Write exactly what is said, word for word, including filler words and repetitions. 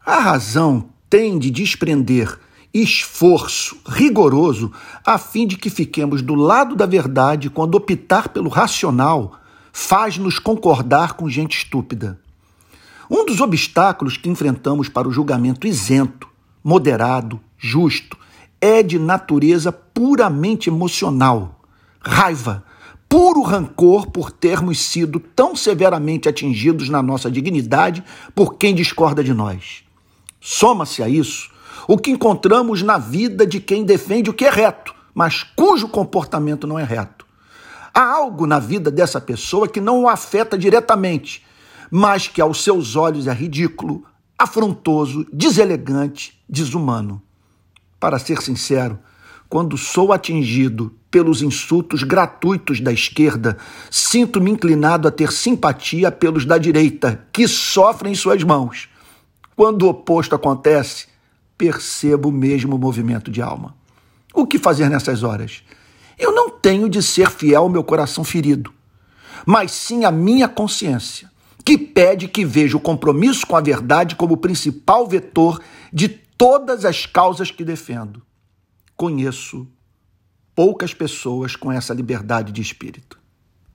A razão tem de desprender esforço rigoroso a fim de que fiquemos do lado da verdade quando optar pelo racional faz-nos concordar com gente estúpida. Um dos obstáculos que enfrentamos para o julgamento isento, moderado, justo, é de natureza puramente emocional. Raiva, puro rancor por termos sido tão severamente atingidos na nossa dignidade por quem discorda de nós. Soma-se a isso o que encontramos na vida de quem defende o que é reto, mas cujo comportamento não é reto. Há algo na vida dessa pessoa que não o afeta diretamente, mas que aos seus olhos é ridículo, afrontoso, deselegante, desumano. Para ser sincero, quando sou atingido pelos insultos gratuitos da esquerda, sinto-me inclinado a ter simpatia pelos da direita, que sofrem em suas mãos. Quando o oposto acontece, percebo o mesmo movimento de alma. O que fazer nessas horas? Eu não tenho de ser fiel ao meu coração ferido, mas sim à minha consciência, que pede que veja o compromisso com a verdade como principal vetor de todas as causas que defendo. Conheço poucas pessoas com essa liberdade de espírito.